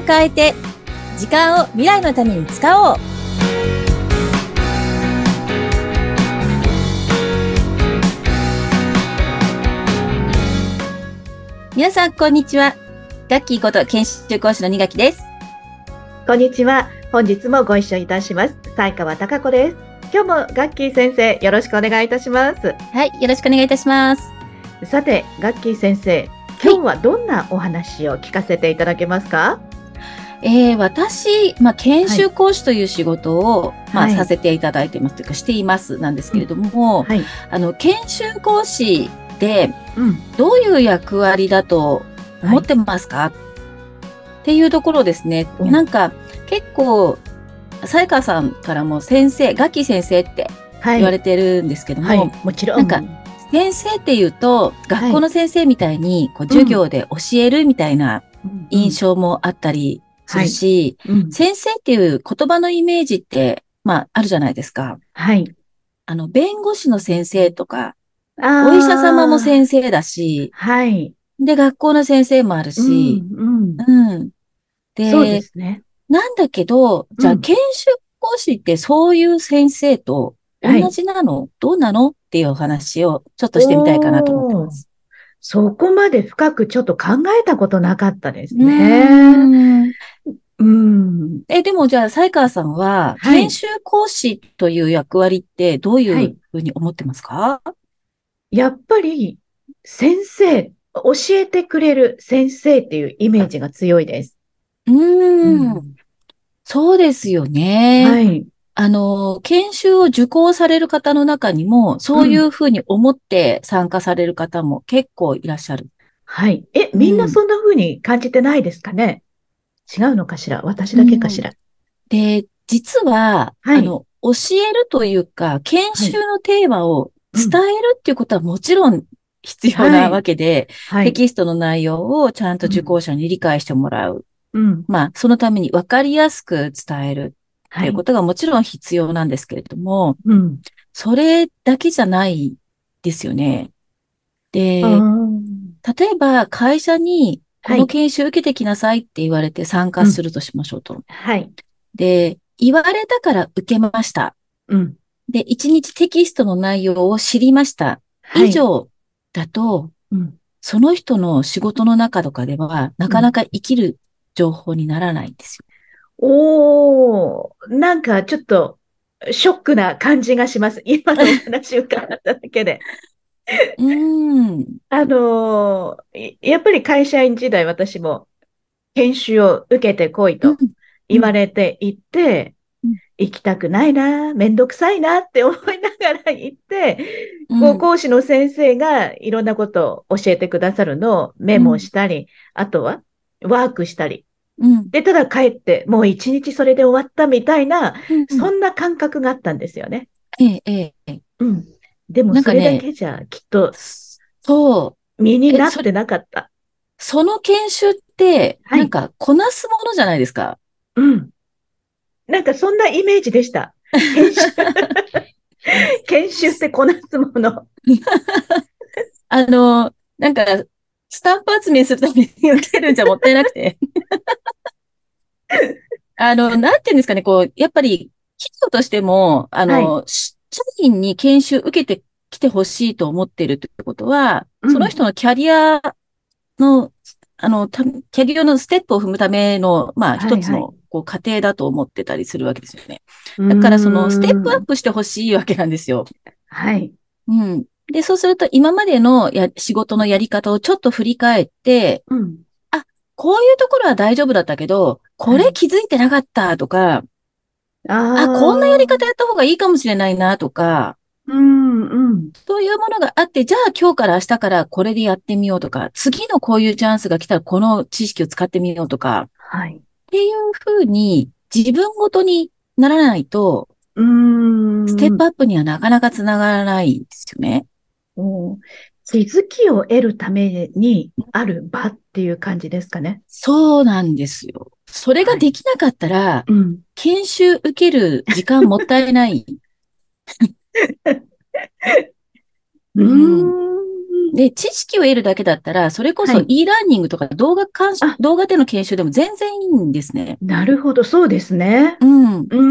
を変えて、時間を未来のために使おう。皆さん、こんにちは。ガッキーこと研修講師の二垣です。 こんにちは。本日もご一緒いたします。西川貴子です。今日もガッキー先生、よろしくお願いいたします。 はい、よろしくお願いいたします。 さて、ガッキー先生、今日はどんなお話を聞かせていただけますか？ 私、研修講師という仕事を、 はい、 させていただいてますというか、していますなんですけれども、 はい、 研修講師でうん、 どういう役割だと思ってますか、っていうところですね。 うん、 なんか、結構、才川さんからも先生、ガッキー先生ってはい、 言われてるんですけども、 はい、もちろなんか、 ん。 先生っていうと、学校はい、 の先生みたいに、 うん、 授業で教えるみたいなうん、うん、 印象もあったりするはい、 し、 うん、 先生っていう言葉のイメージって、あるじゃないですか。 はい。 弁護士の先生とか、お医者様もあ先生だし、 はい、 で、学校の先生もあるうん、 し、 うん、 うん。 そうでで、 すね。 なんだけど、じゃあ、 うん、 研修講師ってそういう先生と同はい。 じなのどうなのっていうお話をちょっとしてみたいかなと思ってまおー。 す。 そこまで深くちょっと考えたことなかったでうすね。 ーん。 うん。 でもじゃあ、才川さんは、 はい。 研修講師という役割ってどういうはい。 ふうに思ってますか？ やっぱり、先生、教えてくれる先生っていうイメージが強いです。 うーん。 うん。 そうですよね。 はい。 研修を受講される方の中にも、そういうん。 うふうに思って参加される方も結構いらっしゃる。 はい。みんなうん。 そんな風に感じてないですかね？違うのかしら？私だけかうん。 しら？ で、実は、 はい。 教えるというか、研はい。 修のテーマをうん。 伝えるっていうことはもちろん必要なわはい。 けで、 はい。 テキストの内容をちゃんとうん。 受講者に理解してもらう。 うん。 そのために分かりやすく伝えるっていうこはい。 とがもちろん必要なんですけれども、 うん。 それだけじゃないですよね。 あで、 ー例えば会社にこはい。 の研修受けてきなさいって言われて参うん。 加するとしましょうと。 はい。 で、言われたから受けました。 うん。 で、一日テキストの内容を知りました。 はい。 以上だと、 うん。 その人の仕事の中とかでは、なうん。 かなか生きる情報にならないんですよ。 おー、なんかちょっとショックな感じがします。今のお話を伺っただけで。 うーん。 やっぱり会社員時代私も研修を受けてこいうん。 と言わうん。 れていて、 うん。 行きたくないな、めんどくさいなって思いながら行って、 うん。 講師の先生がいろんなことを教えてくださるのをメモうん。 したり、あとはワークしたり、 うん。 で、ただ帰って、もう一日それで終わったみたいな、 うん。 そんな感覚があったんですよね。 ええ、ええ。ええうん。でもそれだなんかね、 けじゃきっとそう。 身になってなかった。 その研修って、 はい。 こなすものじゃないですか。 うん。なんかそんなイメージでした。研修、研修ってこなすもの。 スタンプ集めするために受けるんじゃもったいなくて。なんていうんですかね、やっぱり、企業としても、 はい。 社員に研修受けてきてほしいと思ってるってことは、そのうん。 人のキャリアの、キャリアのステップを踏むための、 はい、はい。 一つの、過程だと思ってたりするわけですよね。 うーだから、その、ステップアッん。 プしてほしいわけなんですよ。 はい。 うん。で、そうすると、今までの仕事のやり方をちょっと振り返って、 うん。 あ、こういうところは大丈夫だったけど、こはい。 れ気づいてなかったとか、 あこんなやり方やあ。 った方がいいかもしれないなとか、 うん、うん。 そういうものがあって、じゃあ今日から明日からこれでやってみようとか、次のこういうチャンスが来たらこの知識を使ってみようとか、 はい。 っていうふうに自分ごとにならないと、 うーステップん。 アップにはなかなかつながらないですよね。 お気づきを得るためにある場っていう感じですかね？ そうなんですよ。それがはい。 できなかったら、 うん。 研修受ける時間もったいない。 うーうん。 ん。 で、知識を得るだけだったら、それこそはい。 e ラーニングとかあ、 動画での研修でも全然いいんですね。 なるほど、そうですね。 うん。 うん。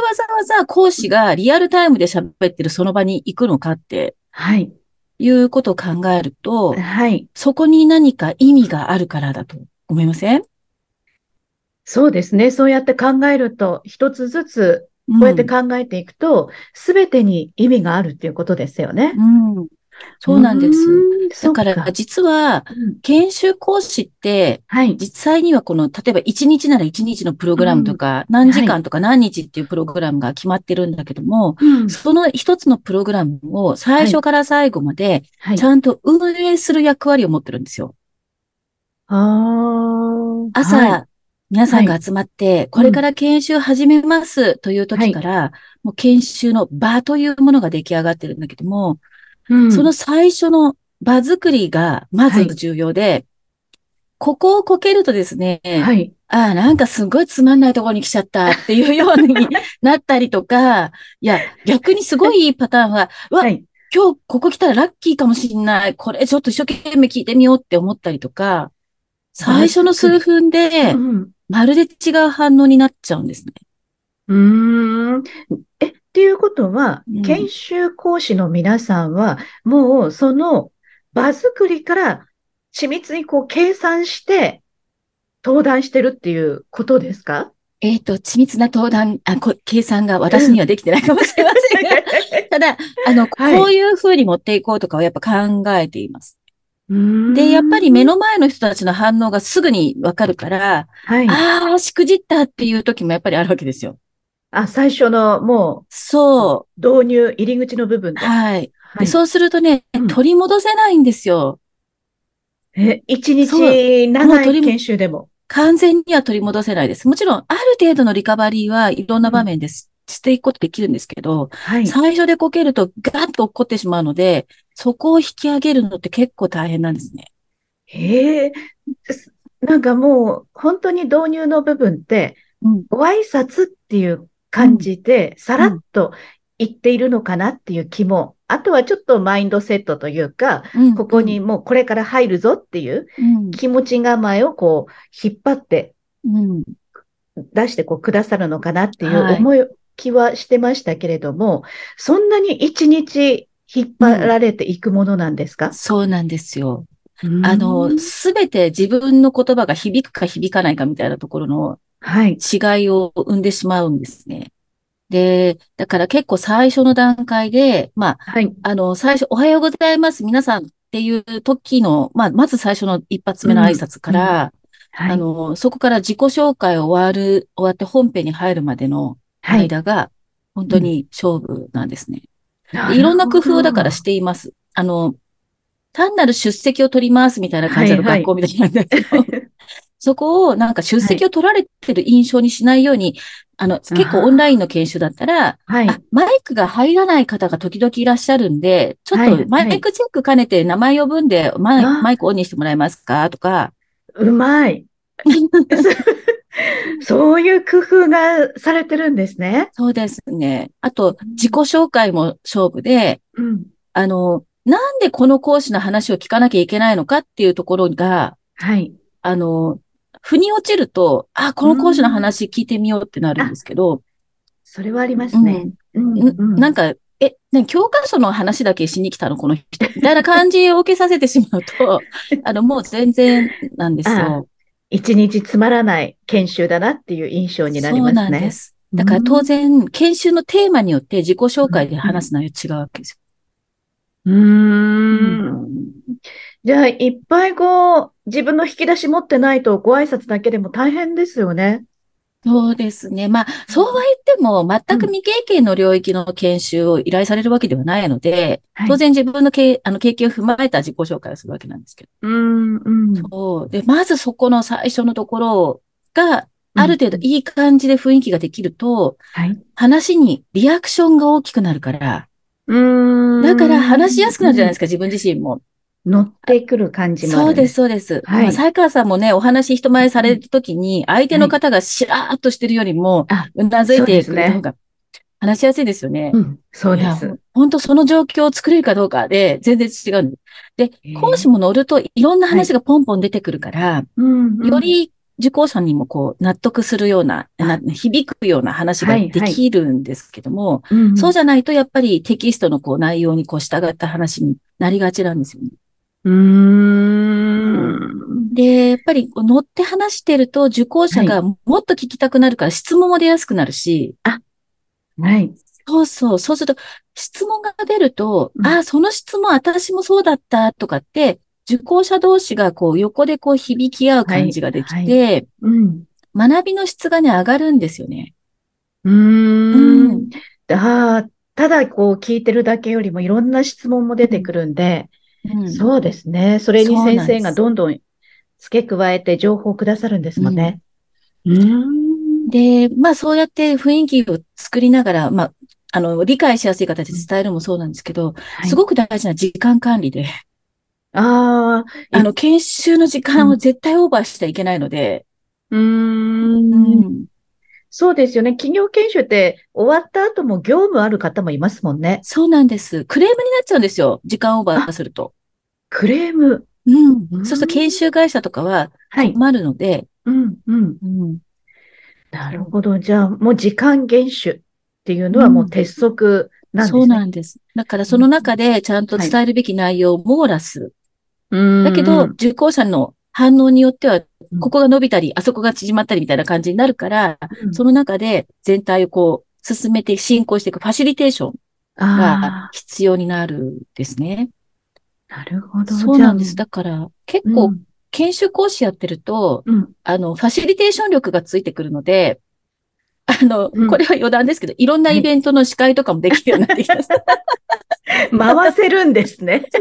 なんでわざわざ講師がリアルタイムで喋ってるその場に行くのかってはい。 いうことを考えると、 はい。 そこに何か意味があるからだと思いません？ そうですね。そうやって考えると、一つずつ、こうやってうん。 考えていくと、すべてに意味があるっていうことですよね。 うん。 うそうなんです。 ーん、 だからそっか。 実は、 うん。 研修講師って、 はい。 実際にはこの、例えば1日なら1日のプログラムとうん。 か、何時はい。 間とか何日っていうプログラムが決まってるんだけども、 うん。 その一つのプログラムを最はい。 初から最後まではい。 ちゃんと運営する役割を持ってるんですよ。 ああ、はい。 朝、皆さはい。 んが集まって、これかうん。 ら研修始めますというはい。 時から、もう研修の場というものが出来上がってるんだけども、 うん。 その最初の場作りがまずはい。 重要で、ここをこけるとですね、 はい。 ああ、なんかすごいつまんないところに来ちゃったっていうようになったりとか、いや、逆にすごいいいパターンは、 はい。 今日ここ来たらラッキーかもしんない。これちょっと一生懸命聞いてみようって思ったりとか、 場最初の作り。 数分で、 うん。 まるで違う反応になっちゃうんですね。 うーん。っていうことは、 うん。 研修講師の皆さんは、もうその場作りから緻密にこう計算して登壇してるっていうことですか？ 緻密な登壇、計算が私うん。 にはできてないかもしれませんが、ただ、 はい。 こういうふうに持っていこうとかはやっぱ考えています。 うーで、やっぱり目ん。 の前の人たちの反応がすぐにわかるから、 はい。 ああ、しくじったっていう時もやっぱりあるわけですよ。 あ、最初のもそう。 う導入、入り口の部分で。 はい。で、 はい。 そうするとね、 うん。 取り戻せないんですよ。 一そう。 日もう長い研修でも。 完全には取り戻せないです。もちろん、ある程度のリカバリーはいろんな場うん。 面ですしていくことできるんですけど、 はい。 最初でこけるとガーッと落っこってしまうので、そこを引き上げるのって結構大変なんですね。 へえ、なんかもう本当に導入の部分って、 うん、 ご挨拶っていう感うん、 じで、さらっうん、 と言っているのかなっていう気も、あとはちょっとマインドセットというか、 うん、 ここにうん、 もうこれから入るぞっていううん、 気持ち構えをこう引っ張ってうん。 出してこうくださるのかなっていうはい。 思い気はしてましたけれども、そんなに一日引っ張うん。 られていくものなんですか？ そうなんですよ。 うーん。 すべて自分の言葉が響くか響かないかみたいなところのはい。 違いを生んでしまうんですね。で、だから結構最初の段階で、 はい。 最初、おはようございます、皆さんっていう時の、まず最初の一発目の挨うん。 拶かうん。 ら、 はい。 そこから自己紹介終わって本編に入るまでのはい。 間が、本うん。 当に勝負なんですね。で、いろんな工なるほ夫をだからしど。 ています。単なる出席を取りますみたいな感じだとはいはい。 学校みたいなんだけど、そこをなんか出はい。 席を取られてる印象にしないように、結構オンラインのあ研修だったら、 あ。はい。 マイクが入らない方が時々いらっしゃるんで、ちょっはい。 とマはい。 イクチェック兼ねて名前呼ぶんで、マイあ、 クオンにしてもらえますかとか、 うまい。そういう工夫がされてるんですね。 そうですね。あと、自己うん。 紹介も勝負で、 うん。 なんでこの講師の話を聞かなきゃいけないのかっていうところが、 はい。 あの、腑に落ちると、こうの講師のん。 話聞いてみようってなるんであ、 すけど、 それはありますね。 うん。 うん。うん。 なんか、教科書の話だけしに来たの、この人。みたいな感じを受けさせてしまうと、もう全然なんですああ、 よ。 一日つまらない研修だなっていう印象になりそうますね。 なんです。 うだから当ん。 然、研修のテーマによって自己紹うん。 介でうん。 話す内容違うわけですうよ。うん。 ーん。じゃあ、いっぱいこう、自分の引き出し持ってないとご挨拶だけでも大変ですよね。 そうですね。そうはうん。 言っても、全くうん。 未経験の領域の研修を依頼されるわけではないので、 はい。 当然自分の経験を踏まえた自己紹介をするわけなんですけど。 うん。うん。 そう。で、まずそこの最初のところが、 うん。 ある程度いい感じで雰囲気ができると、 はい。 話にリアクションが大きくなるから、 うーだから話しやん。 すくなるじゃうん。 ないですか、自分自身も。 乗っあてくる感じもあそうです、 るんです。 そうです。 はい。 才川さんもね、お話人前さうん。 れるときに、相手はい。 の方がしらーっとしてるよりも、 あ、 うなずいそうでてすね。 くれた方が話しやすいですよね。 うん、そういや、 です。 本当その状況を作れるかどうかで全然違うんです。で、講師ええ、 も乗るといろんなはい。 話がポンポン出てくるから、 うん、うん。 より受講者にもこう納得するような、 あ、 響くような話はい、 がではい。 きるんですけども、 うん、うん。 そうじゃないとやっぱりテキストのこう内容にこう従った話になりがちなんですよね。 うーん。 で、やっぱりこう乗って話してると受講はい。 者がもっと聞きたくなるから質問も出やすくなるし、 あ、はい。 そうそう。そうすると、質問が出ると、 うん。 その質問私もそうだったとかって、受講者同士がこう横でこう響き合うはい、 感じができはい。 て、 うん。 学びの質がね、上がるんですよね。 ううーん。 ん。 ただこう聞いてるだけよりもいろんな質問も出うん。 てくるんで、 うん。 そうですね。それにそう先生がなんです。 どんどん付け加えて情報をくださるんですもんね。 うん。 うーん。 で、まあそうやって雰囲気を作りながら、まあ、理解しやすい形うん、 で伝えるのもそうなんですけど、 はい。 すごく大事な時間管理で、 ああ、 研修の時うん。 間を絶対オーバーしちゃいけないので、 うーうん。 ん。 そうですよね。企業研修って終わった後も業務ある方もいますもんね。 そうなんです。クレームになっちゃうんですよ。時間オーバーあ、 すると。 クレーム。 うん。 うーそうすると研ん。 修会社とかははい。 困るので、 うん、うん。 うん。 なそう。 るほど。じゃあ、もう時間厳守っていうのはもううん。 鉄則なんでそうすね。 なんです。だからうん、 その中でちゃんとはい。 伝えるべき内容を網羅する。 うだけど、 ん、うん。 受講者の反応によっては、 うん、 ここが伸びたり、あそこが縮まったりみたいな感じになるから、 うん。 その中で全体をこう、進めて進行していくファシリテーションがあ必要になるんですね。 あ、なるほど。じゃあ、 そうなんです。だから、結構、 うん、 研修講師やってると、 うん、 ファシリテーション力がついてくるので、 うん。 これは余談ですけど、いろんなはい。 イベントの司会とかもできるようになってきました。 回せるんですね。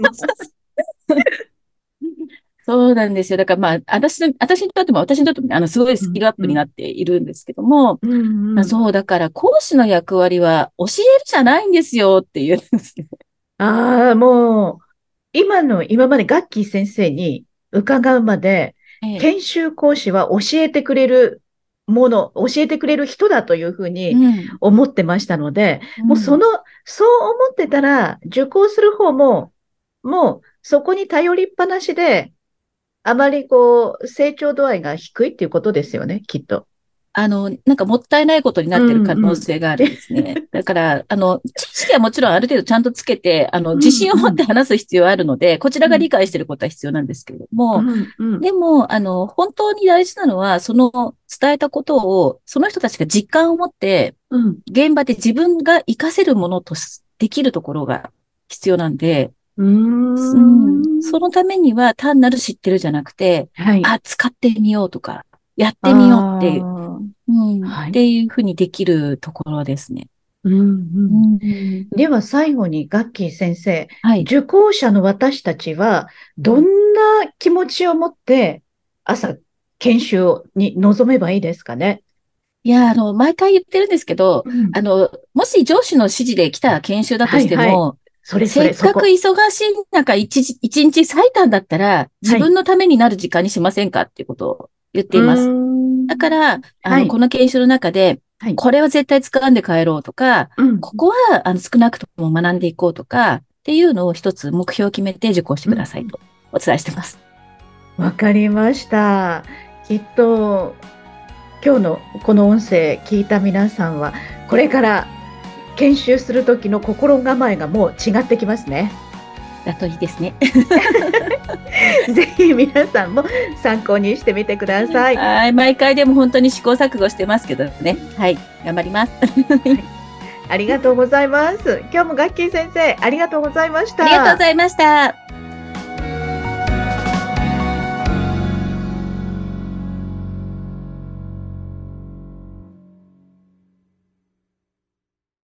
そうなんですよ。だからまあ、私にとっても、すごいうん、 スキルアップになうん、 っているんですけども、 うん、うん。 まあそう、だから講師の役割は教えるじゃないんですよっていうんですね。 ああ、もう、今までガッキー先生に伺うまで、 ええ、 研修講師は教えてくれる教えてくれる人だというふうにうん、 思ってましたので、もううん。 そう思ってたら、受講する方も、もうそこに頼りっぱなしで、あまりこう、成長度合いが低いっていうことですよね、きっと。 なんかもったいないことになうってる可能んうん。 性があるんですね。だから、知識はもちろんある程度ちゃんとつけて、 う自信を持ってんうん。 話す必要はあるので、こちらうんが理解していることは必要なんですけれども、 うんうん。 でも、本当に大事なのは、その伝えたことを、その人たちが実感を持って、 うん。 現場で自分が活かせるものとできるところが必要なんで、 うーうん、そん。 のためには単なる知ってるじゃなくて、 はい。 あ、使ってみようとか、やっあてみようっていう、 あ、 うん、っはい。 ていうふうにできるところですね。 うんううん。 ん、 では最後にガッキー先生、 はい。 受講者の私たちはどんな気持ちを持って朝研修に臨めばいいですかね。 いや、毎回言ってるんですけど、 うん。 もし上司の指示で来た研修だとしはいはい。 ても、せっかくそこ。 忙しい中一日割いたんだったら、自はい。 分のためになる時間にしませんかっていうことを言ってうーいます。だかん。 ら、 はい。 この研修の中で、 はい。 これは絶対使んで帰ろうとか、 うん。 ここは、少なくとも学んでいこうとか、っていうのを一つ目標を決めて受講してうん。 くださいとお伝えしてまあ、 す。 わかりました。きっと今日のこの音声聞いた皆さんはこれから研修する時の心構えがもう違ってきますね。 だといいですね。 ぜひ皆さんも参考にしてみてください。 はい、毎回でも本当に試行錯誤してますけどね。はい、頑張ります。 はい、ありがとうございます。今日もガッキー先生、ありがとうございましありがとうごた。 ざいました。